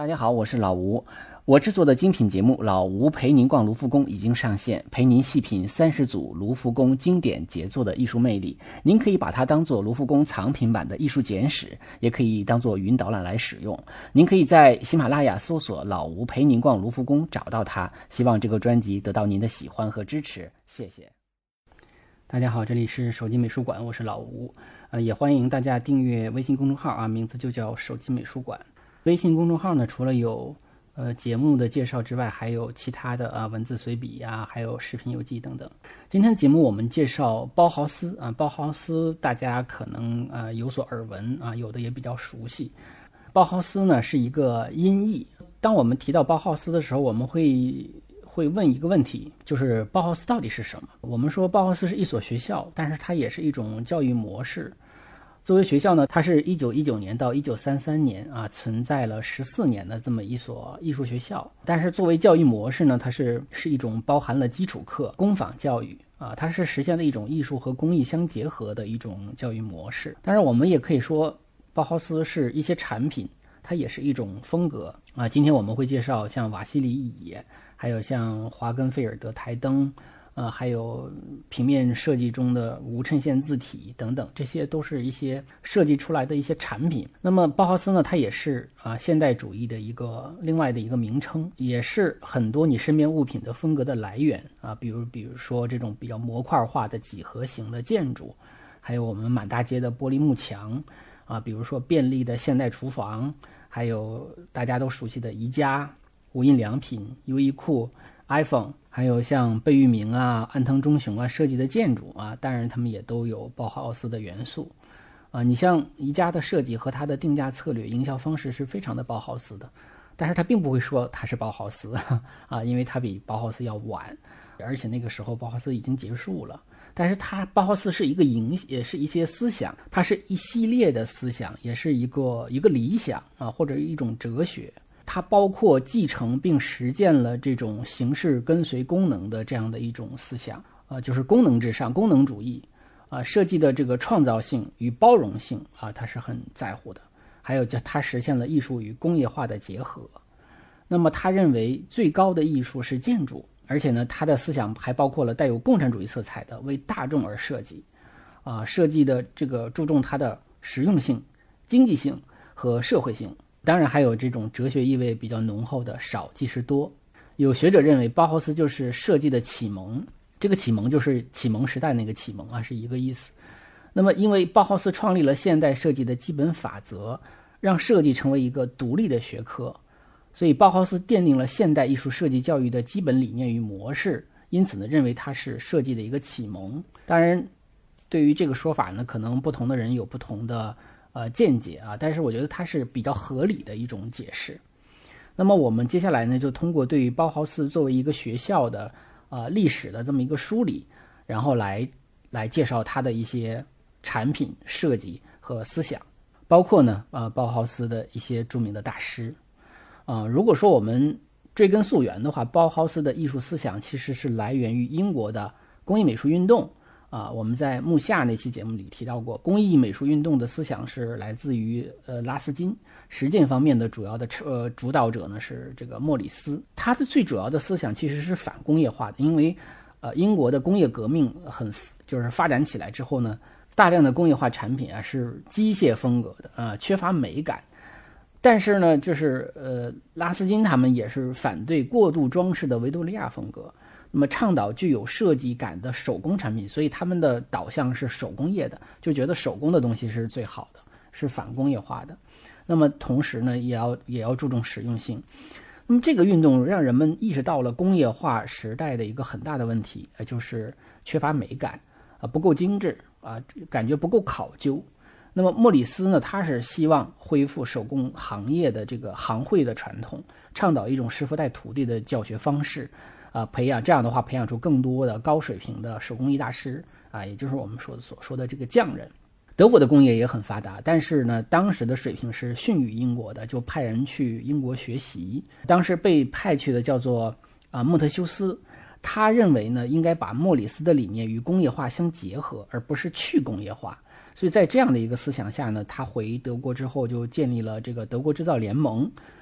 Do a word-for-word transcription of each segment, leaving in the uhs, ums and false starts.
大家好，我是老吴。我制作的精品节目《老吴陪您逛卢浮宫》已经上线，陪您细品三十组卢浮宫经典杰作的艺术魅力。您可以把它当做卢浮宫藏品版的艺术简史，也可以当做云导览来使用。您可以在喜马拉雅搜索“老吴陪您逛卢浮宫”找到它。希望这个专辑得到您的喜欢和支持，谢谢。大家好，这里是手机美术馆，我是老吴。呃，也欢迎大家订阅微信公众号啊，名字就叫手机美术馆。微信公众号呢，除了有呃节目的介绍之外，还有其他的啊文字随笔呀、啊，还有视频游记等等。今天节目我们介绍包豪斯啊，包豪斯大家可能呃有所耳闻啊，有的也比较熟悉。包豪斯呢是一个音译。当我们提到包豪斯的时候，我们会会问一个问题，就是包豪斯到底是什么？我们说包豪斯是一所学校，但是它也是一种教育模式。作为学校呢，它是一九一九年到一九三三年啊，存在了十四年的这么一所艺术学校。但是作为教育模式呢，它是是一种包含了基础课、工坊教育啊，它是实现了一种艺术和工艺相结合的一种教育模式。当然，我们也可以说，包豪斯是一些产品，它也是一种风格啊。今天我们会介绍像瓦西里椅，还有像华根菲尔德台灯。呃，还有平面设计中的无衬线字体等等，这些都是一些设计出来的一些产品。那么包豪斯呢，它也是啊、呃、现代主义的一个另外的一个名称，也是很多你身边物品的风格的来源啊，比如比如说这种比较模块化的几何形的建筑，还有我们满大街的玻璃幕墙啊，比如说便利的现代厨房，还有大家都熟悉的宜家、无印良品、优衣库、iPhone。还有像贝聿铭啊、安藤忠雄啊设计的建筑啊，当然他们也都有包豪斯的元素啊。你像宜家的设计和它的定价策略、营销方式是非常的包豪斯的，但是他并不会说它是包豪斯啊，因为它比包豪斯要晚，而且那个时候包豪斯已经结束了。但是它包豪斯是一个影，也是一些思想，它是一系列的思想，也是一个一个理想啊，或者一种哲学。它包括继承并实践了这种形式跟随功能的这样的一种思想啊、呃，就是功能至上、功能主义啊、呃，设计的这个创造性与包容性啊、呃，它是很在乎的。还有，它实现了艺术与工业化的结合。那么，他认为最高的艺术是建筑，而且呢，他的思想还包括了带有共产主义色彩的为大众而设计啊、呃，设计的这个注重它的实用性、经济性和社会性。当然还有这种哲学意味比较浓厚的少即是多。有学者认为包豪斯就是设计的启蒙，这个启蒙就是启蒙时代那个启蒙啊，是一个意思。那么因为包豪斯创立了现代设计的基本法则，让设计成为一个独立的学科，所以包豪斯奠定了现代艺术设计教育的基本理念与模式，因此呢，认为它是设计的一个启蒙。当然对于这个说法呢，可能不同的人有不同的呃，见解啊，但是我觉得它是比较合理的一种解释。那么我们接下来呢，就通过对于包豪斯作为一个学校的呃历史的这么一个梳理，然后来来介绍它的一些产品设计和思想，包括呢呃包豪斯的一些著名的大师啊、呃。如果说我们追根溯源的话，包豪斯的艺术思想其实是来源于英国的工艺美术运动。啊，我们在木下那期节目里提到过，工艺美术运动的思想是来自于呃拉斯金，实践方面的主要的呃主导者呢是这个莫里斯。他的最主要的思想其实是反工业化的，因为呃英国的工业革命很就是发展起来之后呢，大量的工业化产品啊是机械风格的啊、呃，缺乏美感。但是呢，就是呃拉斯金他们也是反对过度装饰的维多利亚风格。那么倡导具有设计感的手工产品，所以他们的导向是手工业的，就觉得手工的东西是最好的，是反工业化的。那么同时呢，也要也要注重实用性。那么这个运动让人们意识到了工业化时代的一个很大的问题，呃，就是缺乏美感啊，不够精致啊，感觉不够考究。那么莫里斯呢，他是希望恢复手工行业的这个行会的传统，倡导一种师傅带徒弟的教学方式。啊，培养这样的话，培养出更多的高水平的手工艺大师啊，也就是我们说的所说的这个匠人。德国的工业也很发达，但是呢，当时的水平是逊于英国的，就派人去英国学习。当时被派去的叫做啊莫特修斯，他认为呢，应该把莫里斯的理念与工业化相结合，而不是去工业化。所以在这样的一个思想下呢，他回德国之后就建立了这个德国制造联盟。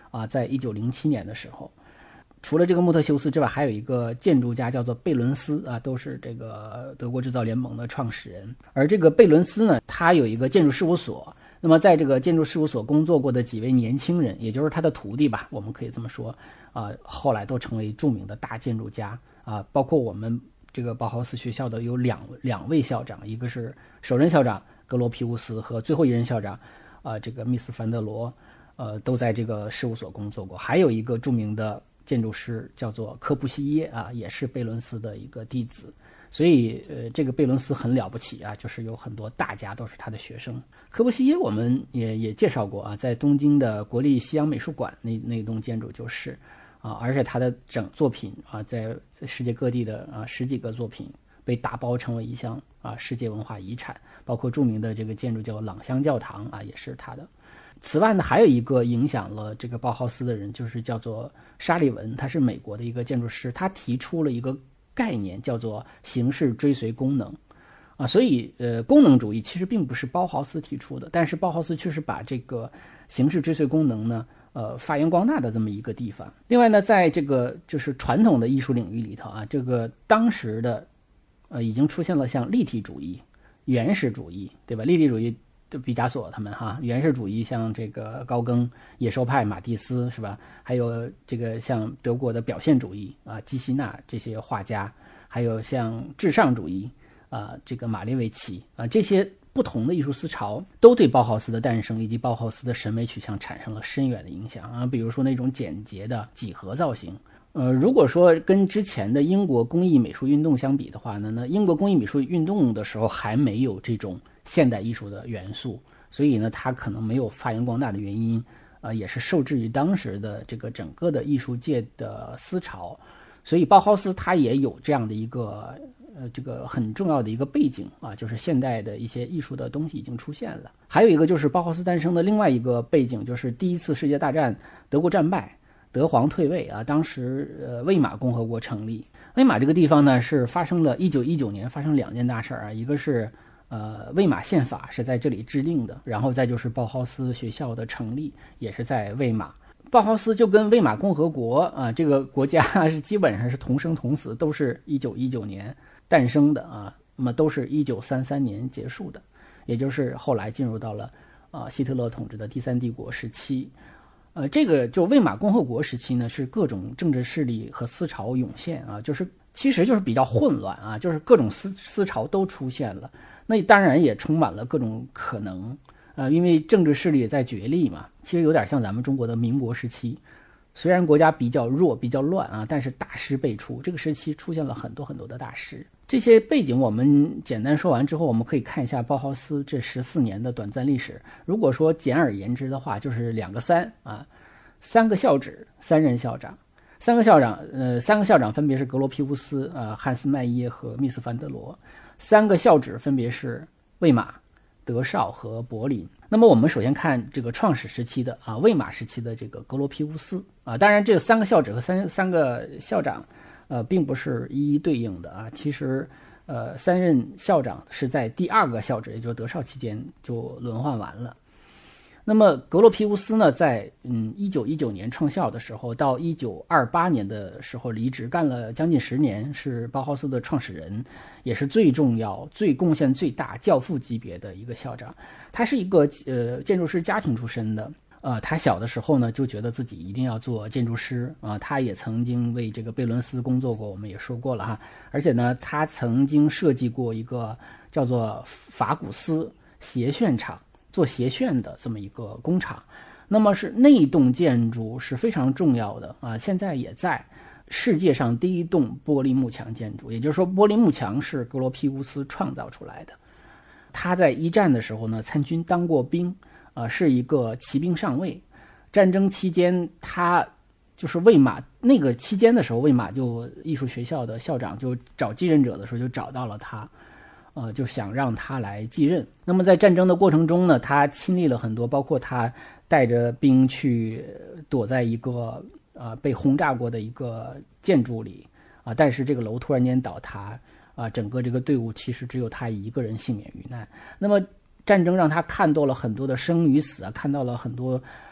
啊，在一九零七年的时候。除了这个穆特修斯之外，还有一个建筑家叫做贝伦斯啊，都是这个德国制造联盟的创始人。而这个贝伦斯呢，他有一个建筑事务所，那么在这个建筑事务所工作过的几位年轻人，也就是他的徒弟吧，我们可以这么说啊，后来都成为著名的大建筑家啊，包括我们这个包豪斯学校的有两两位校长，一个是首任校长格罗皮乌斯和最后一任校长啊，这个密斯凡德罗，呃，都在这个事务所工作过。还有一个著名的建筑师叫做科布西耶啊，也是贝伦斯的一个弟子，所以呃，这个贝伦斯很了不起啊，就是有很多大家都是他的学生。科布西耶我们也也介绍过啊，在东京的国立西洋美术馆那那栋建筑就是啊，而且他的整作品啊，在在世界各地的啊十几个作品被打包成为一项啊世界文化遗产，包括著名的这个建筑叫朗香教堂啊，也是他的。此外呢，还有一个影响了这个包豪斯的人，就是叫做沙利文，他是美国的一个建筑师，他提出了一个概念叫做形式追随功能啊，所以呃，功能主义其实并不是包豪斯提出的，但是包豪斯确实把这个形式追随功能呢，呃，发扬光大的这么一个地方。另外呢，在这个就是传统的艺术领域里头啊，这个当时的呃已经出现了像立体主义、原始主义，对吧？立体主义就毕加索他们哈，原始主义像这个高更、野兽派、马蒂斯是吧？还有这个像德国的表现主义啊，基希纳这些画家，还有像至上主义啊，这个马列维奇啊，这些不同的艺术思潮都对包豪斯的诞生以及包豪斯的审美取向产生了深远的影响啊。比如说那种简洁的几何造型。呃，如果说跟之前的英国工艺美术运动相比的话呢，那英国工艺美术运动的时候还没有这种现代艺术的元素，所以呢，它可能没有发扬光大的原因，呃，也是受制于当时的这个整个的艺术界的思潮，所以包豪斯它也有这样的一个呃这个很重要的一个背景啊，就是现代的一些艺术的东西已经出现了。还有一个就是包豪斯诞生的另外一个背景，就是第一次世界大战德国战败。德皇退位啊，当时呃魏玛共和国成立。魏玛这个地方呢，是发生了一九一九年发生两件大事啊，一个是呃魏玛宪法是在这里制定的，然后再就是包豪斯学校的成立也是在魏玛。包豪斯就跟魏玛共和国啊这个国家是基本上是同生同死，都是一九一九年诞生的啊，那么都是一九三三年结束的，也就是后来进入到了啊希特勒统治的第三帝国时期。呃，这个就魏玛共和国时期呢，是各种政治势力和思潮涌现啊，就是其实就是比较混乱啊，就是各种思思潮都出现了。那当然也充满了各种可能，呃，因为政治势力也在角力嘛，其实有点像咱们中国的民国时期。虽然国家比较弱、比较乱啊，但是大师辈出，这个时期出现了很多很多的大师。这些背景我们简单说完之后，我们可以看一下包豪斯这十四年的短暂历史。如果说简而言之的话，就是两个三啊，三个校址，三任校长。三个校长，呃，三个校长分别是格罗皮乌斯、啊、呃、汉斯麦耶和密斯凡德罗。三个校址分别是魏玛、德绍和柏林。那么我们首先看这个创始时期的啊魏玛时期的这个格罗皮乌斯啊，当然这三个校址和三三个校长，呃，并不是一一对应的啊。其实，呃，三任校长是在第二个校址，也就是德绍期间就轮换完了。那么格罗皮乌斯呢，在嗯一九一九年创校的时候，到一九二八年的时候离职，干了将近十年，是包豪斯的创始人，也是最重要、最贡献最大、教父级别的一个校长。他是一个呃建筑师家庭出身的，呃，他小的时候呢就觉得自己一定要做建筑师啊、呃。他也曾经为这个贝伦斯工作过，我们也说过了哈。而且呢，他曾经设计过一个叫做法古斯鞋楦厂。做鞋楦的这么一个工厂，那么是那栋建筑是非常重要的啊，现在也在世界上第一栋玻璃幕墙建筑，也就是说玻璃幕墙是格罗皮乌斯创造出来的。他在一战的时候呢参军当过兵啊，是一个骑兵上尉。战争期间他就是魏玛那个期间的时候，魏玛就艺术学校的校长就找继任者的时候就找到了他。呃，就想让他来继任。那么在战争的过程中呢，他亲历了很多，包括他带着兵去躲在一个呃被轰炸过的一个建筑里啊、呃，但是这个楼突然间倒塌啊、呃，整个这个队伍其实只有他一个人幸免于难。那么战争让他看到了很多的生与死啊，看到了很多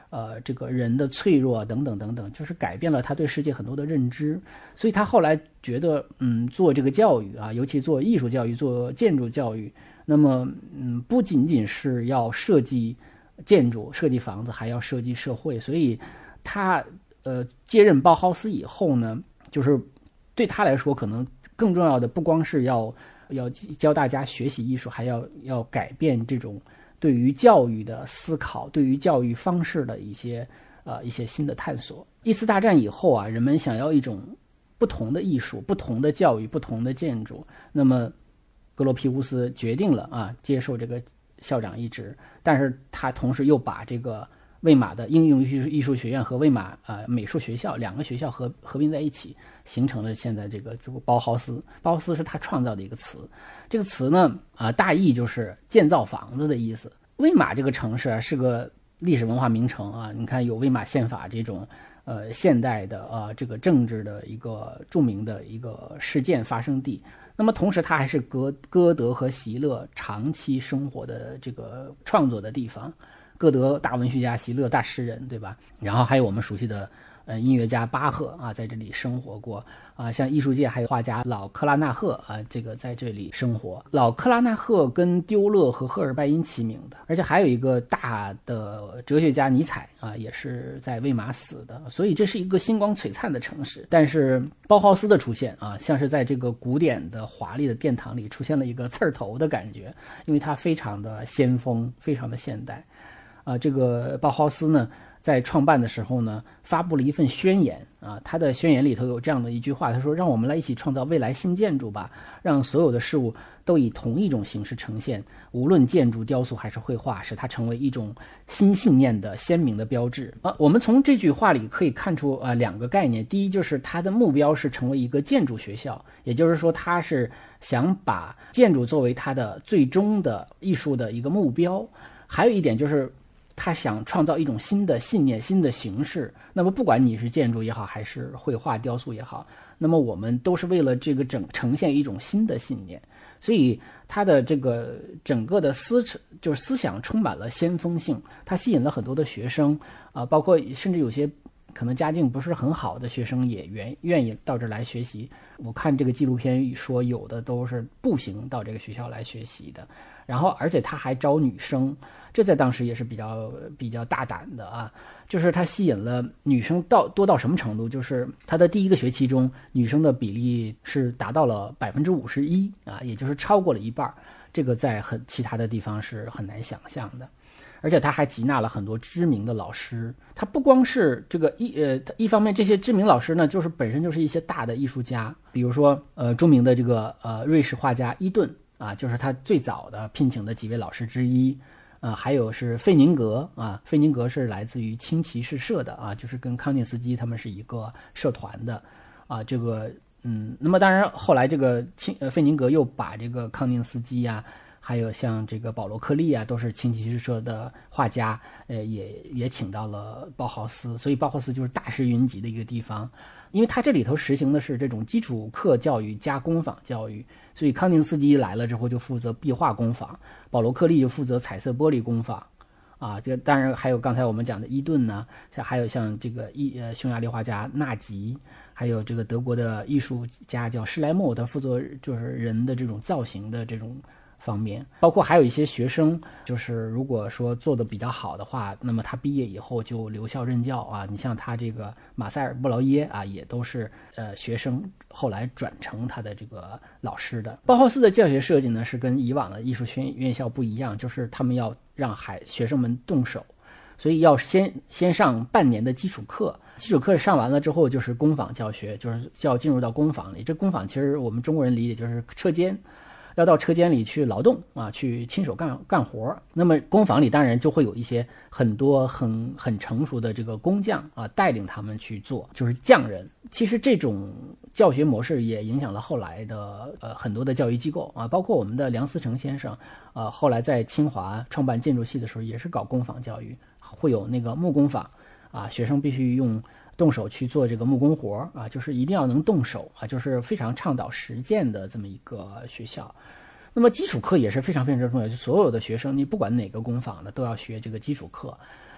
呃这个人的脆弱等等等等，就是改变了他对世界很多的认知。所以他后来觉得，嗯，做这个教育啊，尤其做艺术教育、做建筑教育，那么嗯，不仅仅是要设计建筑、设计房子，还要设计社会。所以他呃接任包豪斯以后呢，就是对他来说，可能更重要的不光是要要教大家学习艺术，还要要改变这种对于教育的思考，对于教育方式的一些呃一些新的探索。一次大战以后啊，人们想要一种不同的艺术、不同的教育、不同的建筑，那么格罗皮乌斯决定了啊接受这个校长一职，但是他同时又把这个魏玛的应用艺术艺术学院和魏玛呃美术学校两个学校合合并在一起，形成了现在这个这个包豪斯。包豪斯是他创造的一个词，这个词呢啊、呃、大意就是建造房子的意思。魏玛这个城市啊是个历史文化名城啊，你看有魏玛宪法这种呃现代的啊、呃、这个政治的一个著名的一个事件发生地。那么同时它还是歌歌德和席勒长期生活的这个创作的地方。歌德大文学家，席勒大诗人，对吧？然后还有我们熟悉的呃音乐家巴赫啊，在这里生活过啊。像艺术界还有画家老克拉纳赫啊，这个在这里生活。老克拉纳赫跟丢勒和赫尔拜因齐名的，而且还有一个大的哲学家尼采啊，也是在魏玛死的。所以这是一个星光璀璨的城市。但是包豪斯的出现啊，像是在这个古典的华丽的殿堂里出现了一个刺儿头的感觉，因为它非常的先锋，非常的现代。啊，这个包豪斯呢，在创办的时候呢，发布了一份宣言啊。他的宣言里头有这样的一句话，他说：“让我们来一起创造未来新建筑吧，让所有的事物都以同一种形式呈现，无论建筑、雕塑还是绘画，使它成为一种新信念的鲜明的标志。”啊，我们从这句话里可以看出啊两个概念。第一，就是他的目标是成为一个建筑学校，也就是说，他是想把建筑作为他的最终的艺术的一个目标。还有一点就是，他想创造一种新的信念、新的形式。那么不管你是建筑也好，还是绘画雕塑也好，那么我们都是为了这个整呈现一种新的信念。所以他的这个整个的思就是思想充满了先锋性，他吸引了很多的学生啊、呃，包括甚至有些可能家境不是很好的学生也愿愿意到这儿来学习。我看这个纪录片说，有的都是步行到这个学校来学习的。然后而且他还招女生，这在当时也是比较比较大胆的啊。就是他吸引了女生到多到什么程度，就是他的第一个学期中女生的比例是达到了百分之五十一啊，也就是超过了一半。这个在很其他的地方是很难想象的。而且他还集纳了很多知名的老师，他不光是这个一呃一方面，这些知名老师呢，就是本身就是一些大的艺术家，比如说呃著名的这个呃瑞士画家伊顿啊，就是他最早的聘请的几位老师之一。啊，还有是费宁格啊，费宁格是来自于轻骑士社的啊，就是跟康定斯基他们是一个社团的啊。这个嗯，那么当然后来这个轻呃费宁格又把这个康定斯基呀、啊，还有像这个保罗克利啊，都是轻骑士社的画家，呃，也也请到了包豪斯，所以包豪斯就是大师云集的一个地方。因为他这里头实行的是这种基础课教育加工坊教育，所以康定斯基来了之后就负责壁画工坊，保罗克利就负责彩色玻璃工坊，啊，这个当然还有刚才我们讲的伊顿呢，像还有像这个意呃匈牙利画家纳吉，还有这个德国的艺术家叫施莱默，他负责就是人的这种造型的这种方面，包括还有一些学生，就是如果说做的比较好的话，那么他毕业以后就留校任教啊。你像他这个马塞尔·布劳耶啊，也都是呃学生后来转成他的这个老师的。包豪斯的教学设计呢，是跟以往的艺术学院校不一样，就是他们要让孩学生们动手，所以要先先上半年的基础课，基础课上完了之后就是工坊教学，就是要进入到工坊里。这工坊其实我们中国人理解就是车间。要到车间里去劳动啊，去亲手干干活。那么工坊里当然就会有一些很多很很成熟的这个工匠啊，带领他们去做，就是匠人。其实这种教学模式也影响了后来的呃很多的教育机构啊，包括我们的梁思成先生，呃，后来在清华创办建筑系的时候也是搞工坊教育，会有那个木工坊啊，学生必须用动手去做这个木工活啊，就是一定要能动手啊，就是非常倡导实践的这么一个学校。那么基础课也是非常非常重要，就所有的学生，你不管哪个工坊的都要学这个基础课。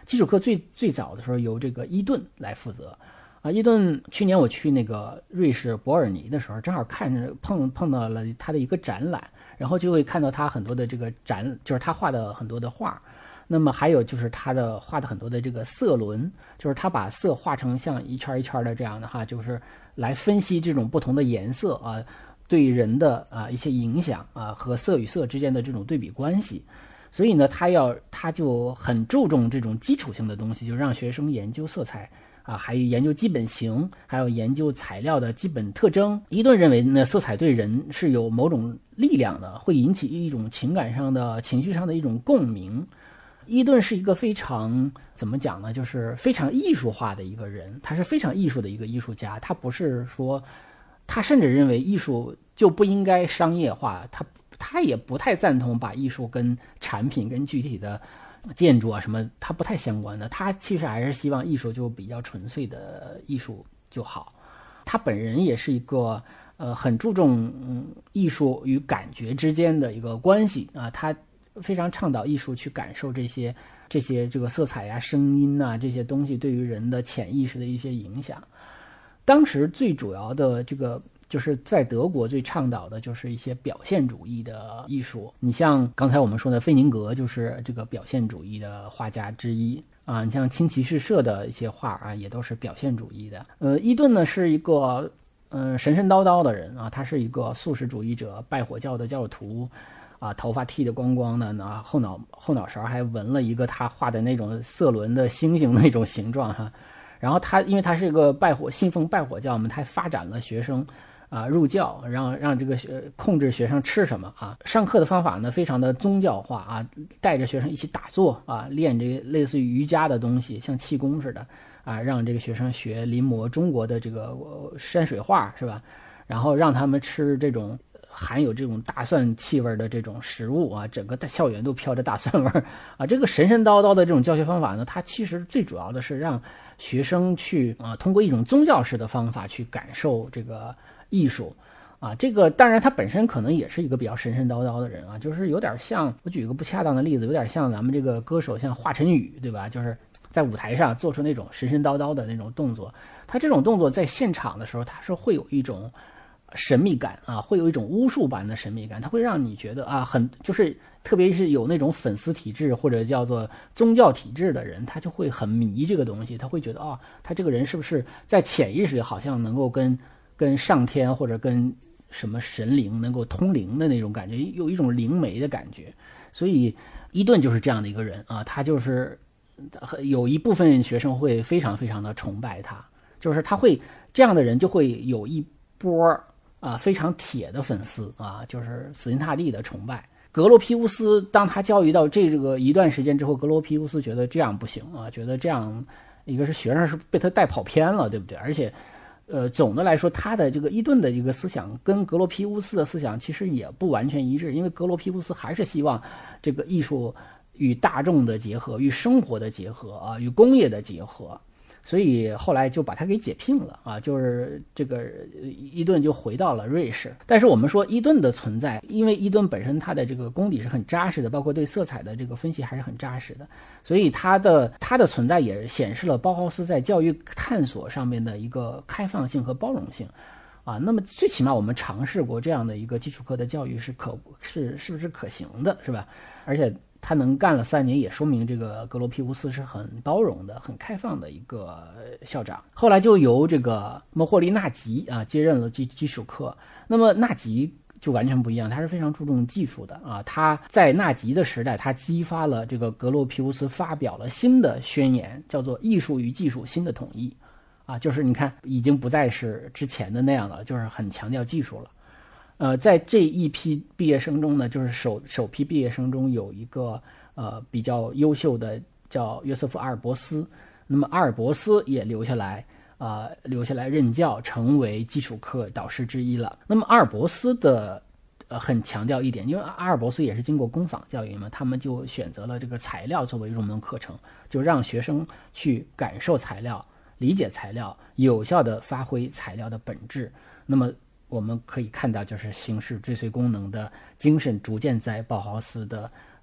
基础课最最早的时候由这个伊顿来负责啊。伊顿去年我去那个瑞士伯尔尼的时候，正好看着碰碰到了他的一个展览，然后就会看到他很多的这个展，就是他画的很多的画。那么还有就是他的画的很多的这个色轮，就是他把色画成像一圈一圈的这样的哈，就是来分析这种不同的颜色啊对人的啊一些影响啊和色与色之间的这种对比关系。所以呢，他要他就很注重这种基础性的东西，就让学生研究色彩啊，还有研究基本型，还有研究材料的基本特征。伊顿认为呢，色彩对人是有某种力量的，会引起一种情感上的、情绪上的一种共鸣。伊顿是一个非常怎么讲呢，就是非常艺术化的一个人，他是非常艺术的一个艺术家。他不是说，他甚至认为艺术就不应该商业化，他他也不太赞同把艺术跟产品跟具体的建筑啊什么，他不太相关的。他其实还是希望艺术就比较纯粹的艺术就好。他本人也是一个呃很注重嗯艺术与感觉之间的一个关系啊，他非常倡导艺术去感受这些这些这个色彩呀、啊、声音啊这些东西对于人的潜意识的一些影响。当时最主要的这个就是在德国最倡导的就是一些表现主义的艺术。你像刚才我们说的费宁格就是这个表现主义的画家之一啊，你像清骑士社的一些画啊也都是表现主义的。呃，伊顿呢是一个呃神神叨叨的人啊，他是一个素食主义者，拜火教的教徒。啊，头发剃得光光的呢，后脑后脑勺还纹了一个他画的那种色轮的星星那种形状哈。然后他因为他是一个拜火信奉拜火教嘛，他还发展了学生啊入教，让让这个学控制学生吃什么啊。上课的方法呢非常的宗教化啊，带着学生一起打坐啊，练这个类似于瑜伽的东西，像气功似的啊，让这个学生学临摹中国的这个山水画是吧？然后让他们吃这种含有这种大蒜气味的这种食物啊，整个校园都飘着大蒜味啊。这个神神叨叨的这种教学方法呢，它其实最主要的是让学生去啊，通过一种宗教式的方法去感受这个艺术啊。这个当然他本身可能也是一个比较神神叨叨的人啊，就是有点像，我举一个不恰当的例子，有点像咱们这个歌手像华晨宇，对吧？就是在舞台上做出那种神神叨叨的那种动作，他这种动作在现场的时候，他是会有一种神秘感啊，会有一种巫术般的神秘感，它会让你觉得啊，很就是特别是有那种粉丝体质或者叫做宗教体质的人，他就会很迷这个东西，他会觉得啊，他这个人是不是在潜意识里好像能够跟跟上天或者跟什么神灵能够通灵的那种感觉，有一种灵媒的感觉。所以伊顿就是这样的一个人啊，他就是有一部分学生会非常非常的崇拜他，就是他会这样的人就会有一波啊，非常铁的粉丝啊，就是死心塌地的崇拜。格罗皮乌斯当他教育到这个一段时间之后，格罗皮乌斯觉得这样不行啊，觉得这样一个是学生是被他带跑偏了，对不对？而且，呃，总的来说，他的这个伊顿的这个思想跟格罗皮乌斯的思想其实也不完全一致，因为格罗皮乌斯还是希望这个艺术与大众的结合，与生活的结合啊，与工业的结合。所以后来就把他给解聘了啊，就是这个伊顿就回到了瑞士。但是我们说伊顿的存在，因为伊顿本身他的这个功底是很扎实的，包括对色彩的这个分析还是很扎实的，所以他的他的存在也显示了包豪斯在教育探索上面的一个开放性和包容性啊。那么最起码我们尝试过这样的一个基础课的教育是可是是不是可行的，是吧？而且他能干了三年，也说明这个格罗皮乌斯是很包容的、很开放的一个校长。后来就由这个莫霍利纳吉啊接任了基基础课。那么纳吉就完全不一样，他是非常注重技术的啊。他在纳吉的时代，他激发了这个格罗皮乌斯发表了新的宣言，叫做“艺术与技术新的统一”啊，就是你看已经不再是之前的那样了，就是很强调技术了。呃，在这一批毕业生中呢，就是首首批毕业生中有一个呃比较优秀的叫约瑟夫·阿尔伯斯，那么阿尔伯斯也留下来啊、呃，留下来任教，成为基础课导师之一了。那么阿尔伯斯的呃很强调一点，因为阿尔伯斯也是经过工坊教育嘛，他们就选择了这个材料作为入门课程，就让学生去感受材料、理解材料，有效的发挥材料的本质。那么我们可以看到，就是形式追随功能的精神逐渐在包豪斯的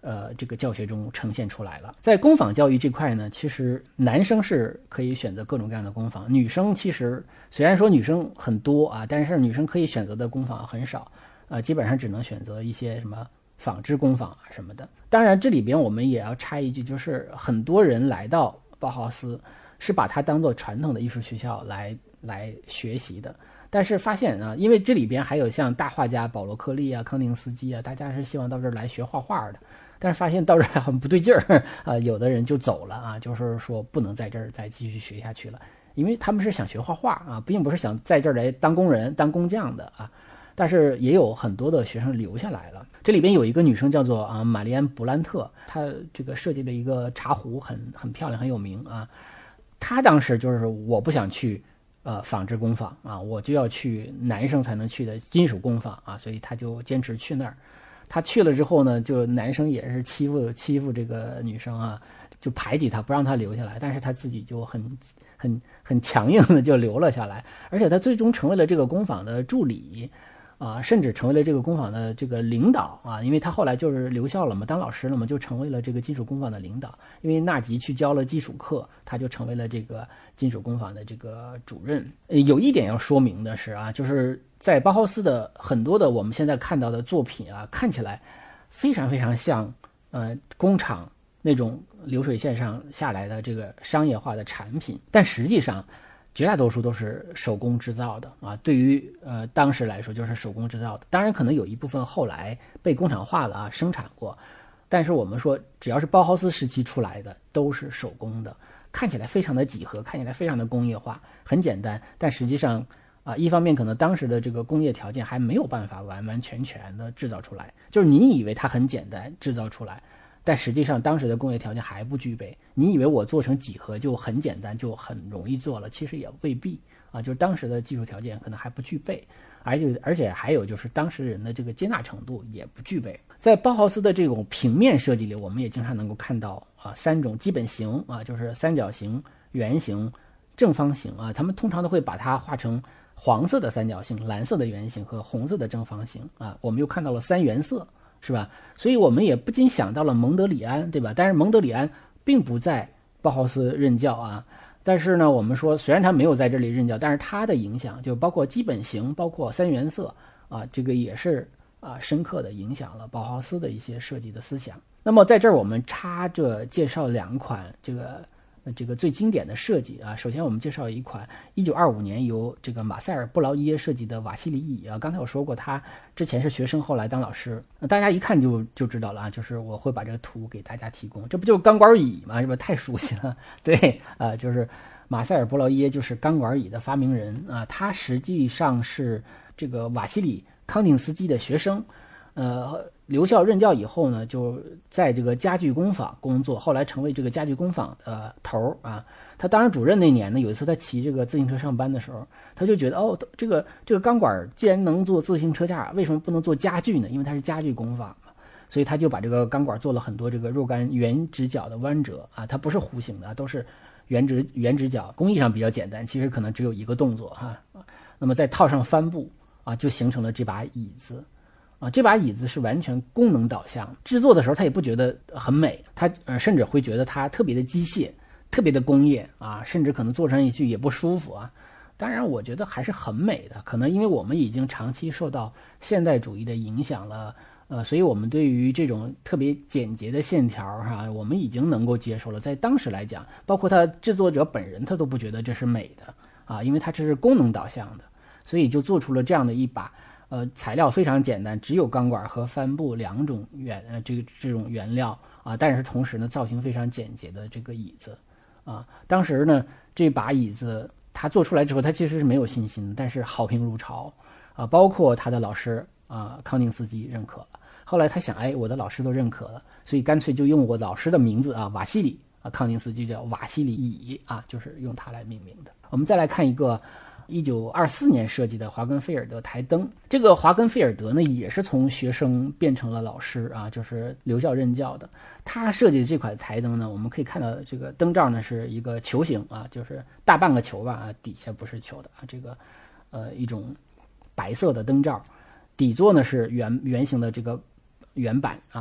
呃这个教学中呈现出来了。在工坊教育这块呢，其实男生是可以选择各种各样的工坊，女生其实虽然说女生很多啊，但是女生可以选择的工坊很少，呃，基本上只能选择一些什么纺织工坊啊什么的。当然这里边我们也要插一句，就是很多人来到包豪斯是把它当做传统的艺术学校来来学习的，但是发现啊，因为这里边还有像大画家保罗克利啊、康定斯基啊，大家是希望到这儿来学画画的，但是发现到这儿很不对劲儿啊，有的人就走了啊，就是说不能在这儿再继续学下去了，因为他们是想学画画啊，并不是想在这儿来当工人、当工匠的啊。但是也有很多的学生留下来了。这里边有一个女生叫做啊玛丽安·布兰特，她这个设计的一个茶壶很很漂亮，很有名啊。她当时就是我不想去呃纺织工坊啊，我就要去男生才能去的金属工坊啊，所以她就坚持去那儿。她去了之后呢，就男生也是欺负欺负这个女生啊，就排挤她，不让她留下来，但是她自己就很很很强硬的就留了下来，而且她最终成为了这个工坊的助理。啊，甚至成为了这个工坊的这个领导啊，因为他后来就是留校了嘛，当老师了嘛，就成为了这个金属工坊的领导。因为纳吉去教了技术课，他就成为了这个金属工坊的这个主任。呃，有一点要说明的是啊，就是在包豪斯的很多的我们现在看到的作品啊，看起来非常非常像呃工厂那种流水线上下来的这个商业化的产品，但实际上绝大多数都是手工制造的啊，对于呃当时来说就是手工制造的，当然可能有一部分后来被工厂化了啊，生产过，但是我们说只要是包豪斯时期出来的都是手工的，看起来非常的几何，看起来非常的工业化，很简单，但实际上啊，一方面可能当时的这个工业条件还没有办法完完全全的制造出来，就是你以为它很简单制造出来，但实际上当时的工业条件还不具备，你以为我做成几何就很简单就很容易做了，其实也未必啊，就是当时的技术条件可能还不具备，而且而且还有就是当时人的这个接纳程度也不具备。在包豪斯的这种平面设计里，我们也经常能够看到啊三种基本形啊，就是三角形、圆形、正方形啊，他们通常都会把它画成黄色的三角形、蓝色的圆形和红色的正方形啊，我们又看到了三原色，是吧？所以我们也不禁想到了蒙德里安，对吧？但是蒙德里安并不在包豪斯任教啊。但是呢，我们说虽然他没有在这里任教，但是他的影响就包括基本形，包括三原色啊，这个也是啊深刻的影响了包豪斯的一些设计的思想。那么在这儿我们插着介绍两款这个这个最经典的设计啊，首先我们介绍一款一九二五年由这个马塞尔·布劳耶设计的瓦西里椅啊。刚才我说过，他之前是学生，后来当老师，那大家一看就就知道了啊。就是我会把这个图给大家提供，这不就是钢管椅吗？是吧？太熟悉了。对啊、呃，就是马塞尔·布劳耶就是钢管椅的发明人啊，他实际上是这个瓦西里·康定斯基的学生。呃，留校任教以后呢，就在这个家具工坊工作，后来成为这个家具工坊的头啊。他当上主任那年呢，有一次他骑这个自行车上班的时候，他就觉得哦，这个这个钢管既然能做自行车架，为什么不能做家具呢？因为它是家具工坊嘛，所以他就把这个钢管做了很多这个若干圆直角的弯折啊，它不是弧形的，都是圆直圆直角，工艺上比较简单，其实可能只有一个动作哈。那么再套上帆布啊，就形成了这把椅子。啊，这把椅子是完全功能导向，制作的时候他也不觉得很美，他呃甚至会觉得它特别的机械，特别的工业啊，甚至可能坐上一去也不舒服啊。当然，我觉得还是很美的，可能因为我们已经长期受到现代主义的影响了，呃，所以我们对于这种特别简洁的线条哈、啊，我们已经能够接受了。在当时来讲，包括他制作者本人，他都不觉得这是美的啊，因为它这是功能导向的，所以就做出了这样的一把。呃，材料非常简单，只有钢管和帆布两种原呃这个这种原料啊，但是同时呢，造型非常简洁的这个椅子啊。当时呢，这把椅子他做出来之后，他其实是没有信心，但是好评如潮啊，包括他的老师啊康定斯基认可了。后来他想，哎，我的老师都认可了，所以干脆就用我老师的名字啊，瓦西里啊，康定斯基叫瓦西里椅啊，就是用它来命名的。我们再来看一个。一九二四年设计的华根菲尔德台灯，这个华根菲尔德呢也是从学生变成了老师啊，就是留校任教的。他设计的这款台灯呢，我们可以看到这个灯罩呢是一个球形啊，就是大半个球吧啊，底下不是球的啊，这个呃一种白色的灯罩，底座呢是圆圆形的这个圆板啊，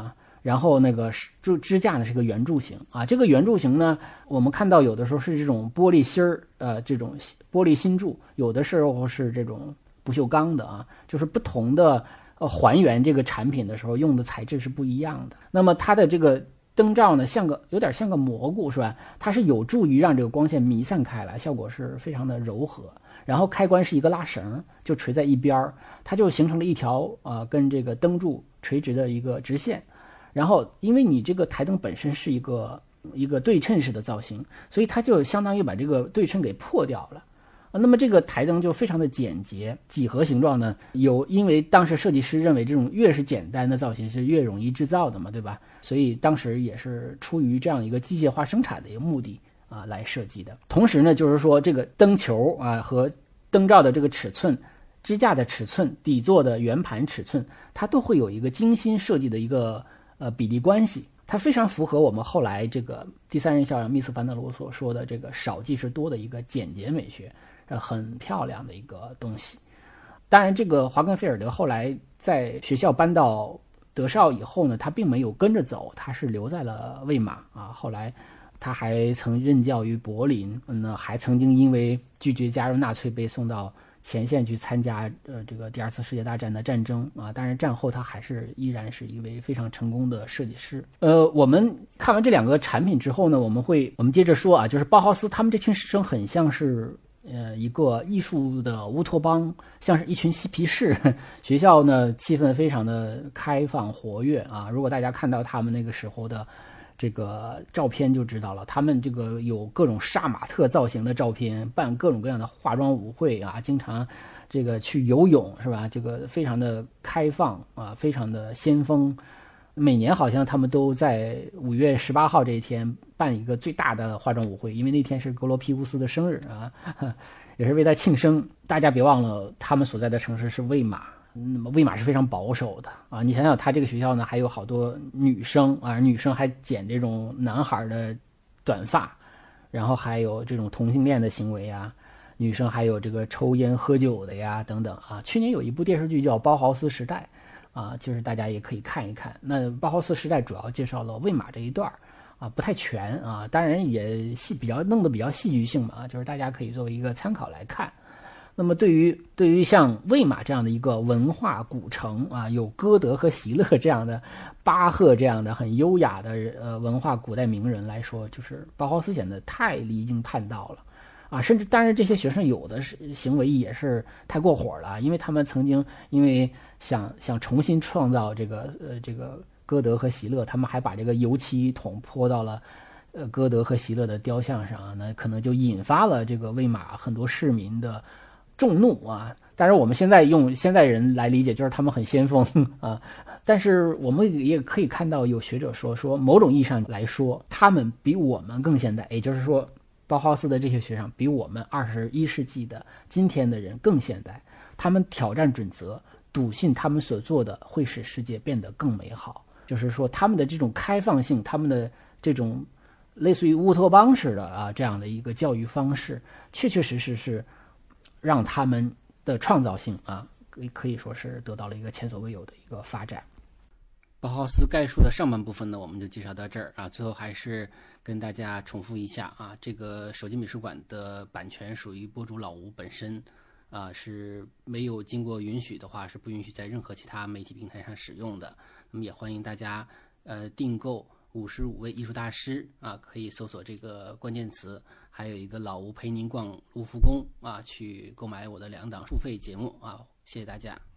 然后那个支支架呢是个圆柱形啊，这个圆柱形呢，我们看到有的时候是这种玻璃芯儿，呃，这种玻璃芯柱，有的时候是这种不锈钢的啊，就是不同的呃还原这个产品的时候用的材质是不一样的。那么它的这个灯罩呢，像个有点像个蘑菇是吧？它是有助于让这个光线弥散开来，效果是非常的柔和。然后开关是一个拉绳，就垂在一边，它就形成了一条呃跟这个灯柱垂直的一个直线。然后因为你这个台灯本身是一个一个对称式的造型，所以它就相当于把这个对称给破掉了。那么这个台灯就非常的简洁，几何形状呢，有因为当时设计师认为这种越是简单的造型是越容易制造的嘛，对吧？所以当时也是出于这样一个机械化生产的一个目的啊来设计的。同时呢，就是说这个灯球啊和灯罩的这个尺寸、支架的尺寸、底座的圆盘尺寸，它都会有一个精心设计的一个呃比例关系。它非常符合我们后来这个第三人校长密斯凡德罗所说的这个少即是多的一个简洁美学，呃，很漂亮的一个东西。当然，这个华根菲尔德后来在学校搬到德绍以后呢，他并没有跟着走，他是留在了魏玛啊。后来他还曾任教于柏林，那还曾经因为拒绝加入纳粹被送到前线去参加呃这个第二次世界大战的战争啊。当然战后他还是依然是一位非常成功的设计师。呃，我们看完这两个产品之后呢，我们会我们接着说啊，就是包豪斯他们这群师生很像是呃一个艺术的乌托邦，像是一群嬉皮士。学校呢气氛非常的开放活跃啊。如果大家看到他们那个时候的这个照片就知道了，他们这个有各种杀马特造型的照片，办各种各样的化妆舞会啊，经常这个去游泳是吧？这个非常的开放啊，非常的先锋。每年好像他们都在五月十八号这一天办一个最大的化妆舞会，因为那天是格罗皮乌斯的生日啊，也是为他庆生。大家别忘了，他们所在的城市是魏玛。那么魏玛是非常保守的啊！你想想，他这个学校呢，还有好多女生啊，女生还剪这种男孩的短发，然后还有这种同性恋的行为啊，女生还有这个抽烟喝酒的呀，等等啊。去年有一部电视剧叫《包豪斯时代》啊，就是大家也可以看一看。那包豪斯时代主要介绍了魏玛这一段啊，不太全啊，当然也戏比较弄得比较戏剧性嘛，就是大家可以作为一个参考来看。那么对于对于像魏玛这样的一个文化古城啊，有歌德和席勒这样的、巴赫这样的很优雅的呃文化古代名人来说，就是包豪斯显得太离经叛道了啊！甚至当然这些学生有的行为也是太过火了，因为他们曾经因为想想重新创造这个呃这个歌德和席勒，他们还把这个油漆桶泼到了呃歌德和席勒的雕像上啊，那可能就引发了这个魏玛很多市民的众怒啊！当然我们现在用现代人来理解，就是他们很先锋啊。但是我们也可以看到，有学者说说，某种意义上来说，他们比我们更现代，也就是说，包豪斯的这些学生比我们二十一世纪的今天的人更现代。他们挑战准则，笃信他们所做的会使世界变得更美好。就是说，他们的这种开放性，他们的这种类似于乌托邦式的啊这样的一个教育方式，确确实实是让他们的创造性啊，可以说是得到了一个前所未有的一个发展。包豪斯概述的上半部分呢，我们就介绍到这儿啊。最后还是跟大家重复一下啊，这个手机美术馆的版权属于博主老吴本身啊，是没有经过允许的话，是不允许在任何其他媒体平台上使用的。那么也欢迎大家呃订购五十五位艺术大师啊，可以搜索这个关键词，还有一个老吴陪您逛卢浮宫啊，去购买我的两档付费节目啊，谢谢大家。